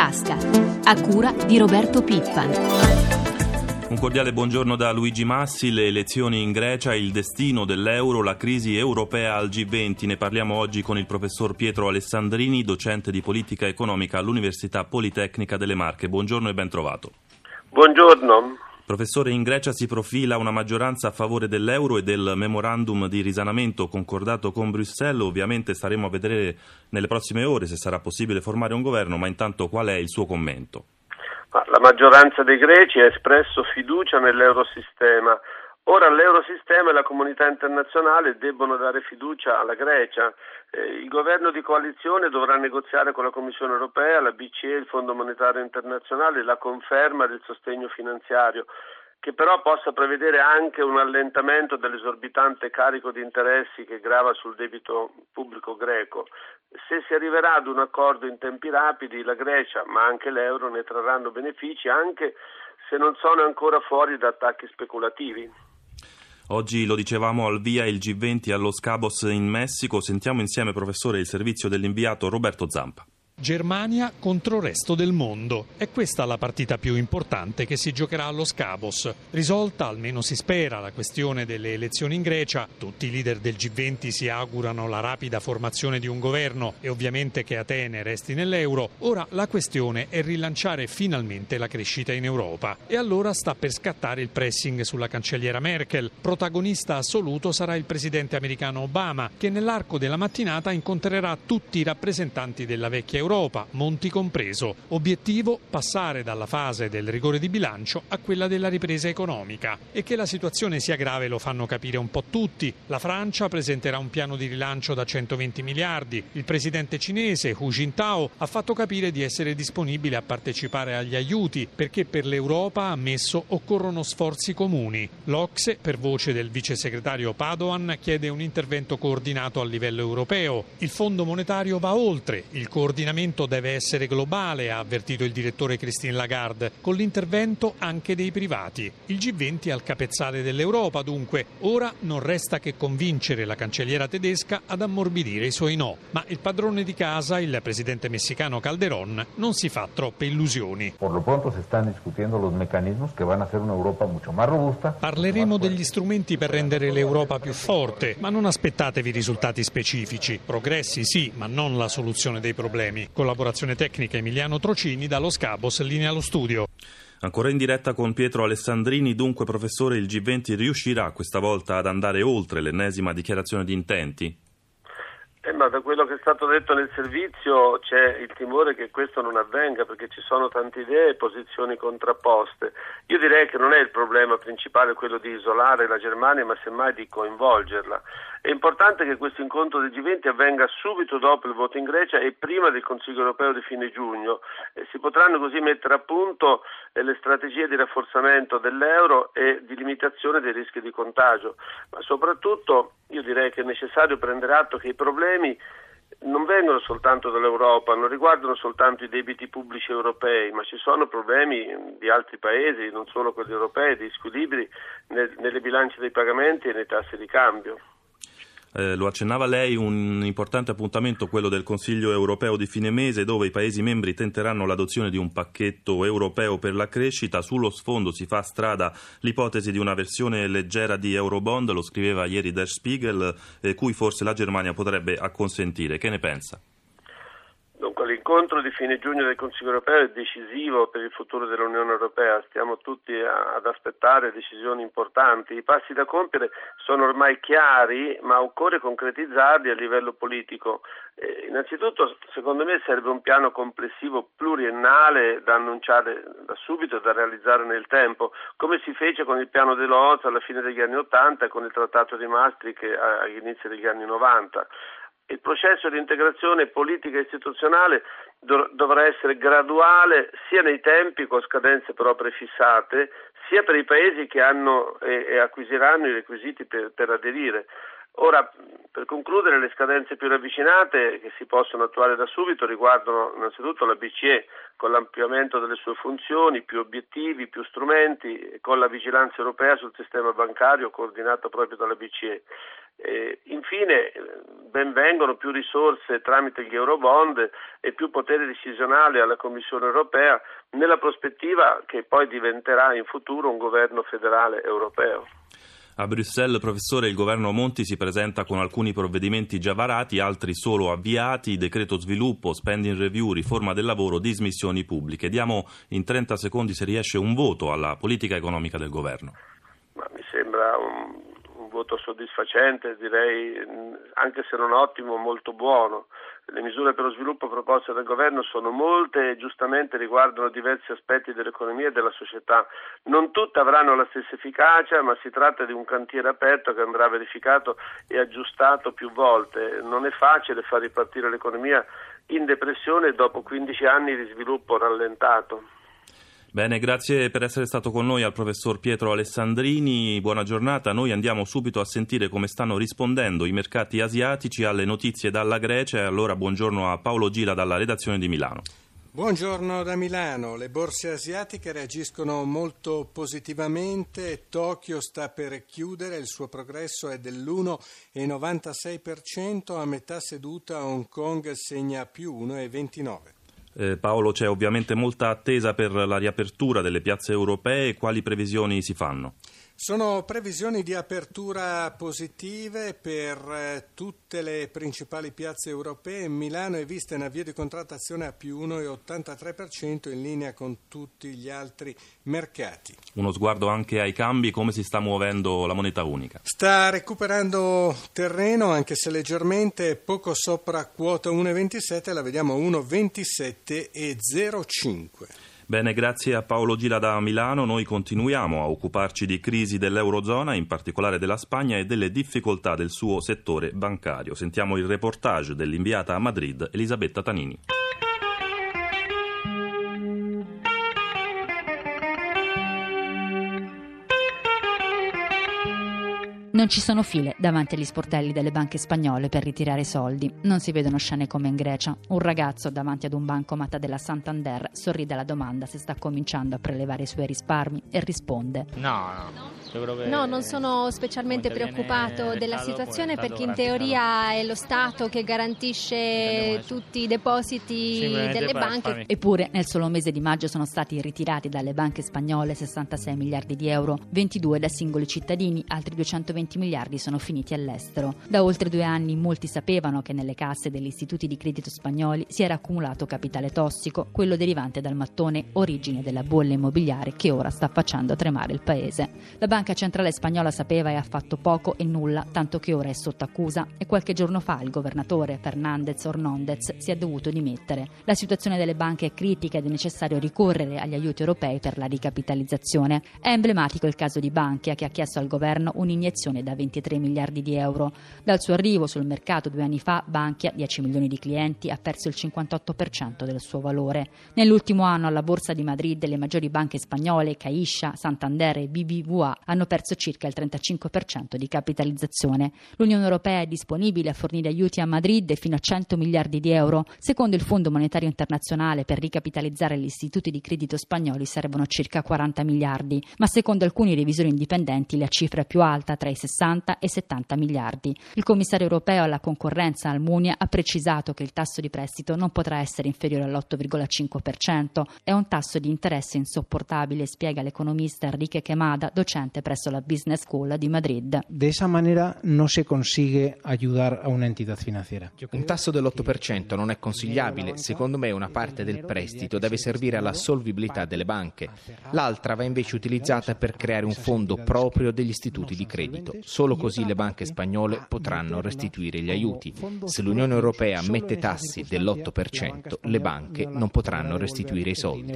tasca, a cura di Roberto Pippan. Un cordiale buongiorno da Luigi Massi. Le elezioni in Grecia, il destino dell'euro, la crisi europea al G20. Ne parliamo oggi con il professor Pietro Alessandrini, docente di politica economica all'Università Politecnica delle Marche. Buongiorno e ben trovato. Buongiorno. Professore, in Grecia si profila una maggioranza a favore dell'euro e del memorandum di risanamento concordato con Bruxelles. Ovviamente staremo a vedere nelle prossime ore se sarà possibile formare un governo, ma intanto qual è il suo commento? La maggioranza dei greci ha espresso fiducia nell'eurosistema. Ora l'eurosistema e la comunità internazionale debbono dare fiducia alla Grecia. Il governo di coalizione dovrà negoziare con la Commissione europea, la BCE, il Fondo monetario internazionale la conferma del sostegno finanziario, che però possa prevedere anche un allentamento dell'esorbitante carico di interessi che grava sul debito pubblico greco. Se si arriverà ad un accordo in tempi rapidi, la Grecia, ma anche l'euro, ne trarranno benefici, anche se non sono ancora fuori da attacchi speculativi. Oggi, lo dicevamo, al via il G20 a Los Cabos in Messico. Sentiamo insieme, professore, il servizio dell'inviato Roberto Zampa. Germania contro resto del mondo. È questa la partita più importante che si giocherà a Los Cabos. Risolta, almeno si spera, la questione delle elezioni in Grecia, tutti i leader del G20 si augurano la rapida formazione di un governo e ovviamente che Atene resti nell'euro. Ora la questione è rilanciare finalmente la crescita in Europa. E allora sta per scattare il pressing sulla cancelliera Merkel. Protagonista assoluto sarà il presidente americano Obama, che nell'arco della mattinata incontrerà tutti i rappresentanti della vecchia Europa, Monti compreso. Obiettivo: passare dalla fase del rigore di bilancio a quella della ripresa economica. E che la situazione sia grave lo fanno capire un po' tutti. La Francia presenterà un piano di rilancio da 120 miliardi. Il presidente cinese Hu Jintao ha fatto capire di essere disponibile a partecipare agli aiuti perché per l'Europa, ha ammesso, occorrono sforzi comuni. L'Ocse, per voce del vice segretario Padoan, chiede un intervento coordinato a livello europeo. Il Fondo monetario va oltre. Il coordinamento deve essere globale, ha avvertito il direttore Christine Lagarde, con l'intervento anche dei privati. Il G20 è al capezzale dell'Europa, dunque. Ora non resta che convincere la cancelliera tedesca ad ammorbidire i suoi no. Ma il padrone di casa, il presidente messicano Calderón, non si fa troppe illusioni. Por lo pronto se están discutiendo los mecanismos que van a hacer una Europa mucho más robusta. Parleremo degli strumenti per rendere l'Europa più forte, ma non aspettatevi risultati specifici. Progressi sì, ma non la soluzione dei problemi. Collaborazione tecnica Emiliano Trocini, da Los Cabos, linea allo studio. Ancora in diretta con Pietro Alessandrini. Dunque, professore, il G20 riuscirà questa volta ad andare oltre l'ennesima dichiarazione di intenti? Ma da quello che è stato detto nel servizio c'è il timore che questo non avvenga, perché ci sono tante idee e posizioni contrapposte. Io direi che non è il problema principale quello di isolare la Germania, ma semmai di coinvolgerla. È importante che questo incontro del G20 avvenga subito dopo il voto in Grecia e prima del Consiglio europeo di fine giugno. Si potranno così mettere a punto le strategie di rafforzamento dell'euro e di limitazione dei rischi di contagio. Ma soprattutto io direi che è necessario prendere atto che i problemi non vengono soltanto dall'Europa, non riguardano soltanto i debiti pubblici europei, ma ci sono problemi di altri paesi, non solo quelli europei, di squilibri nelle bilance dei pagamenti e nei tassi di cambio. Lo accennava lei, un importante appuntamento, quello del Consiglio europeo di fine mese, dove i Paesi membri tenteranno l'adozione di un pacchetto europeo per la crescita. Sullo sfondo si fa strada l'ipotesi di una versione leggera di Eurobond, lo scriveva ieri Der Spiegel, cui forse la Germania potrebbe acconsentire. Che ne pensa? Dunque, l'incontro di fine giugno del Consiglio europeo è decisivo per il futuro dell'Unione Europea. Stiamo tutti ad aspettare decisioni importanti. I passi da compiere sono ormai chiari, ma occorre concretizzarli a livello politico. Innanzitutto, secondo me, serve un piano complessivo pluriennale da annunciare da subito e da realizzare nel tempo, come si fece con il piano De Loos alla fine degli anni '80 e con il Trattato di Maastricht agli inizi degli anni '90. Il processo di integrazione politica e istituzionale dovrà essere graduale sia nei tempi, con scadenze però prefissate, sia per i paesi che hanno e acquisiranno i requisiti per aderire. Ora, per concludere, le scadenze più ravvicinate che si possono attuare da subito riguardano innanzitutto la BCE, con l'ampliamento delle sue funzioni, più obiettivi, più strumenti, con la vigilanza europea sul sistema bancario coordinato proprio dalla BCE. Infine ben vengono più risorse tramite gli Eurobond e più potere decisionale alla Commissione europea nella prospettiva che poi diventerà in futuro un governo federale europeo. A Bruxelles, professore, il governo Monti si presenta con alcuni provvedimenti già varati, altri solo avviati: decreto sviluppo, spending review, riforma del lavoro, dismissioni pubbliche. Diamo in 30 secondi, se riesce, un voto alla politica economica del governo. Ma mi sembra un voto soddisfacente, direi, anche se non ottimo, molto buono. Le misure per lo sviluppo proposte dal governo sono molte e giustamente riguardano diversi aspetti dell'economia e della società. Non tutte avranno la stessa efficacia, ma si tratta di un cantiere aperto che andrà verificato e aggiustato più volte. Non è facile far ripartire l'economia in depressione dopo 15 anni di sviluppo rallentato. Bene, grazie per essere stato con noi al professor Pietro Alessandrini, buona giornata. Noi andiamo subito a sentire come stanno rispondendo i mercati asiatici alle notizie dalla Grecia, e allora buongiorno a Paolo Gila dalla redazione di Milano. Buongiorno da Milano. Le borse asiatiche reagiscono molto positivamente. Tokyo sta per chiudere, il suo progresso è dell'1,96%, a metà seduta Hong Kong segna più 1,29%. Paolo, c'è ovviamente molta attesa per la riapertura delle piazze europee. Quali previsioni si fanno? Sono previsioni di apertura positive per tutte le principali piazze europee. Milano è vista in avvio di contrattazione a più 1,83%, in linea con tutti gli altri mercati. Uno sguardo anche ai cambi, come si sta muovendo la moneta unica? Sta recuperando terreno, anche se leggermente, poco sopra quota 1,27, la vediamo 1,27,05. Bene, grazie a Paolo Gila da Milano. Noi continuiamo a occuparci di crisi dell'Eurozona, in particolare della Spagna, e delle difficoltà del suo settore bancario. Sentiamo il reportage dell'inviata a Madrid, Elisabetta Tanini. Non ci sono file davanti agli sportelli delle banche spagnole per ritirare soldi. Non si vedono scene come in Grecia. Un ragazzo davanti ad un bancomat della Santander sorride alla domanda se sta cominciando a prelevare i suoi risparmi e risponde: No, non sono specialmente preoccupato della situazione, perché in teoria è lo Stato che garantisce tutti i depositi delle banche. Eppure nel solo mese di maggio sono stati ritirati dalle banche spagnole 66 miliardi di euro, 22 da singoli cittadini, altri 220 miliardi sono finiti all'estero. Da oltre 2 anni molti sapevano che nelle casse degli istituti di credito spagnoli si era accumulato capitale tossico, quello derivante dal mattone origine della bolla immobiliare che ora sta facendo tremare il paese. La Banca Centrale Spagnola sapeva e ha fatto poco e nulla, tanto che ora è sotto accusa, e qualche giorno fa il governatore Fernández Ornández si è dovuto dimettere. La situazione delle banche è critica ed è necessario ricorrere agli aiuti europei per la ricapitalizzazione. È emblematico il caso di Bankia, che ha chiesto al governo un'iniezione da 23 miliardi di euro. Dal suo arrivo sul mercato 2 anni fa, Bankia, 10 milioni di clienti, ha perso il 58% del suo valore. Nell'ultimo anno alla Borsa di Madrid le maggiori banche spagnole, Caixa, Santander e BBVA, hanno perso circa il 35% di capitalizzazione. L'Unione Europea è disponibile a fornire aiuti a Madrid fino a 100 miliardi di euro. Secondo il Fondo Monetario Internazionale, per ricapitalizzare gli istituti di credito spagnoli servono circa 40 miliardi, ma secondo alcuni revisori indipendenti la cifra è più alta, tra i 60 e 70 miliardi. Il commissario europeo alla concorrenza Almunia ha precisato che il tasso di prestito non potrà essere inferiore all'8,5%. È un tasso di interesse insopportabile, spiega l'economista Enrique Quemada, docente presso la Business School di Madrid. De esa manera no se consigue ayudar a una entidad financiera. Un tasso dell'8% non è consigliabile. Secondo me una parte del prestito deve servire alla solvibilità delle banche. L'altra va invece utilizzata per creare un fondo proprio degli istituti di credito. Solo così le banche spagnole potranno restituire gli aiuti. Se l'Unione Europea mette tassi dell'8%, le banche non potranno restituire i soldi.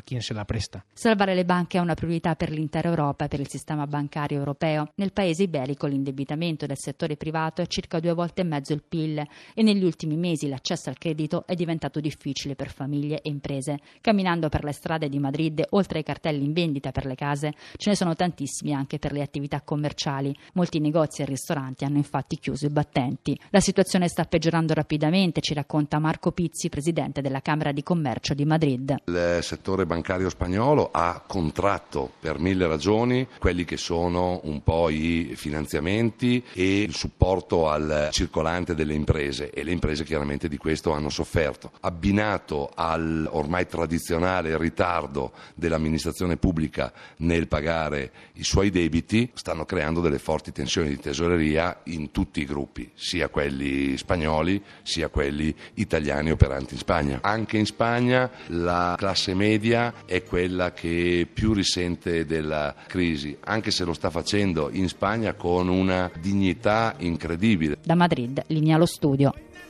Salvare le banche è una priorità per l'intera Europa e per il sistema bancario europeo. Nel paese iberico l'indebitamento del settore privato è circa 2,5 volte il PIL e negli ultimi mesi l'accesso al credito è diventato difficile per famiglie e imprese. Camminando per le strade di Madrid, oltre ai cartelli in vendita per le case, ce ne sono tantissimi anche per le attività commerciali. Molti negozi e ristoranti hanno infatti chiuso i battenti. La situazione sta peggiorando rapidamente, ci racconta Marco Pizzi, presidente della Camera di Commercio di Madrid. Il settore bancario spagnolo ha contratto per 1000 ragioni quelli che sono un po' i finanziamenti e il supporto al circolante delle imprese, e le imprese chiaramente di questo hanno sofferto. Abbinato al ormai tradizionale ritardo dell'amministrazione pubblica nel pagare i suoi debiti, stanno creando delle forti tensioni di tesoreria in tutti i gruppi, sia quelli spagnoli sia quelli italiani operanti in Spagna. Anche in Spagna la classe media è quella che più risente della crisi, anche se lo sta facendo in Spagna con una dignità incredibile. Da Madrid, linea allo studio.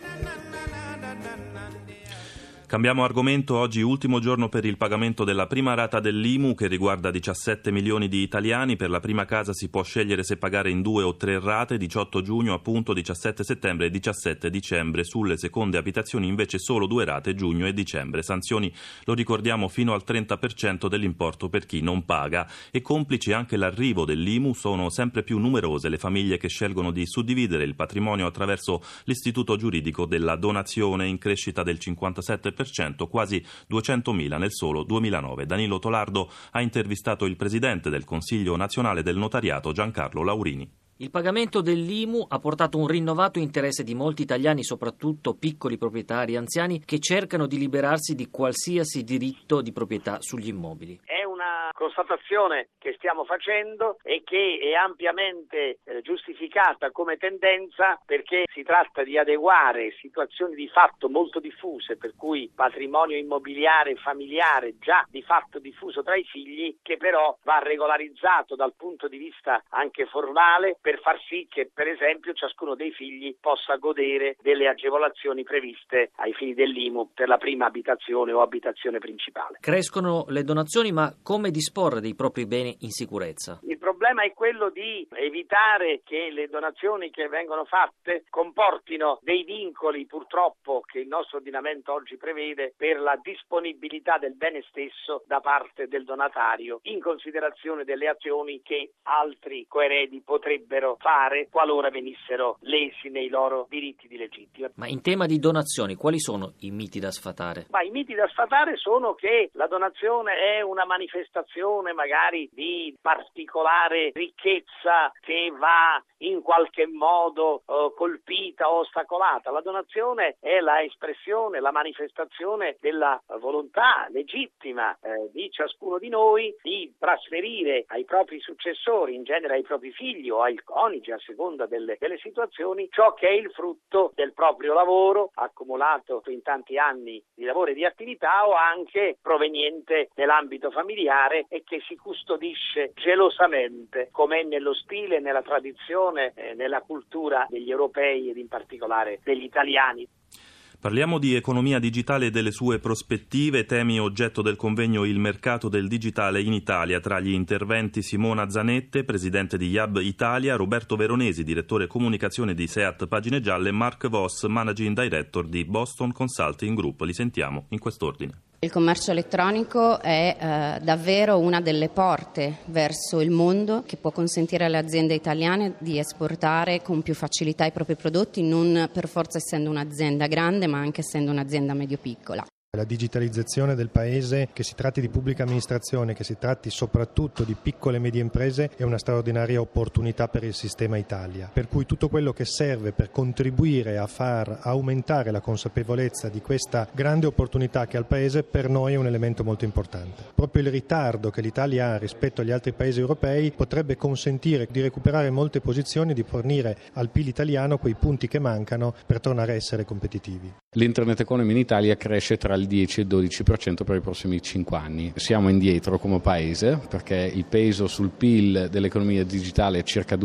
Cambiamo argomento. Oggi ultimo giorno per il pagamento della prima rata dell'IMU, che riguarda 17 milioni di italiani. Per la prima casa si può scegliere se pagare in 2 o 3 rate, 18 giugno appunto, 17 settembre e 17 dicembre. Sulle seconde abitazioni invece solo 2 rate, giugno e dicembre. Sanzioni, lo ricordiamo, fino al 30% dell'importo per chi non paga. E complici anche l'arrivo dell'IMU, sono sempre più numerose le famiglie che scelgono di suddividere il patrimonio attraverso l'istituto giuridico della donazione, in crescita del 57%, quasi 200.000 nel solo 2009. Danilo Tolardo ha intervistato il presidente del Consiglio Nazionale del Notariato, Giancarlo Laurini. Il pagamento dell'IMU ha portato un rinnovato interesse di molti italiani, soprattutto piccoli proprietari anziani, che cercano di liberarsi di qualsiasi diritto di proprietà sugli immobili. È una constatazione che stiamo facendo e che è ampiamente giustificata come tendenza, perché si tratta di adeguare situazioni di fatto molto diffuse, per cui patrimonio immobiliare familiare già di fatto diffuso tra i figli, che però va regolarizzato dal punto di vista anche formale, per far sì che, per esempio, ciascuno dei figli possa godere delle agevolazioni previste ai fini dell'IMU per la prima abitazione o abitazione principale. Crescono le donazioni, ma come disporre dei propri beni in sicurezza? Il problema è quello di evitare che le donazioni che vengono fatte comportino dei vincoli, purtroppo, che il nostro ordinamento oggi prevede per la disponibilità del bene stesso da parte del donatario, in considerazione delle azioni che altri coeredi potrebbero fare qualora venissero lesi nei loro diritti di legittima. Ma in tema di donazioni, quali sono i miti da sfatare? I miti da sfatare sono che la donazione è una manifestazione magari di particolare ricchezza che va in qualche modo colpita o ostacolata. La donazione è la espressione, la manifestazione della volontà legittima di ciascuno di noi di trasferire ai propri successori, in genere ai propri figli o ai coniugi, a seconda delle situazioni, ciò che è il frutto del proprio lavoro accumulato in tanti anni di lavoro e di attività, o anche proveniente nell'ambito familiare e che si custodisce gelosamente, come è nello stile, nella tradizione, nella cultura degli europei ed in particolare degli italiani. Parliamo di economia digitale e delle sue prospettive, temi oggetto del convegno Il mercato del digitale in Italia. Tra gli interventi Simona Zanette, presidente di Hub Italia, Roberto Veronesi, direttore comunicazione di Seat Pagine Gialle, Mark Voss, managing director di Boston Consulting Group. Li sentiamo in quest'ordine. Il commercio elettronico è davvero una delle porte verso il mondo che può consentire alle aziende italiane di esportare con più facilità i propri prodotti, non per forza essendo un'azienda grande, ma anche essendo un'azienda medio-piccola. La digitalizzazione del Paese, che si tratti di pubblica amministrazione, che si tratti soprattutto di piccole e medie imprese, è una straordinaria opportunità per il sistema Italia. Per cui tutto quello che serve per contribuire a far aumentare la consapevolezza di questa grande opportunità che ha il Paese, per noi è un elemento molto importante. Proprio il ritardo che l'Italia ha rispetto agli altri Paesi europei potrebbe consentire di recuperare molte posizioni e di fornire al PIL italiano quei punti che mancano per tornare a essere competitivi. L'internet economy in Italia cresce tra il 10 e il 12% per i prossimi 5 anni. Siamo indietro come Paese perché il peso sul PIL dell'economia digitale è circa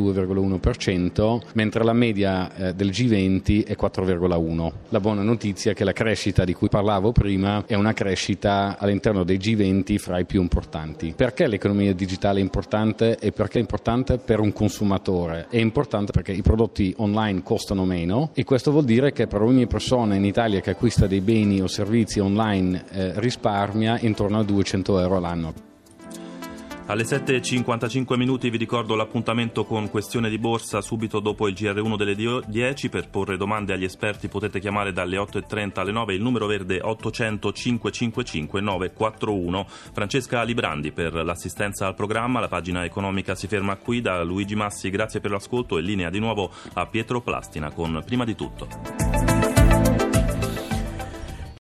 2,1%, mentre la media del G20 è 4,1%. La buona notizia è che la crescita di cui parlavo prima è una crescita all'interno dei G20 fra i più importanti. Perché l'economia digitale è importante? E perché è importante per un consumatore? È importante perché i prodotti online costano meno e questo vuol dire che per ogni persona in Italia che acquista dei beni o servizi online risparmia intorno a 200 euro all'anno. Alle 7:55 vi ricordo l'appuntamento con Questione di Borsa subito dopo il GR1 delle 10. Per porre domande agli esperti potete chiamare dalle 8:30 alle 9 il numero verde 800 555 941. Francesca Librandi per l'assistenza al programma. La pagina economica si ferma qui. Da Luigi Massi grazie per l'ascolto e linea di nuovo a Pietro Plastina con Prima di tutto.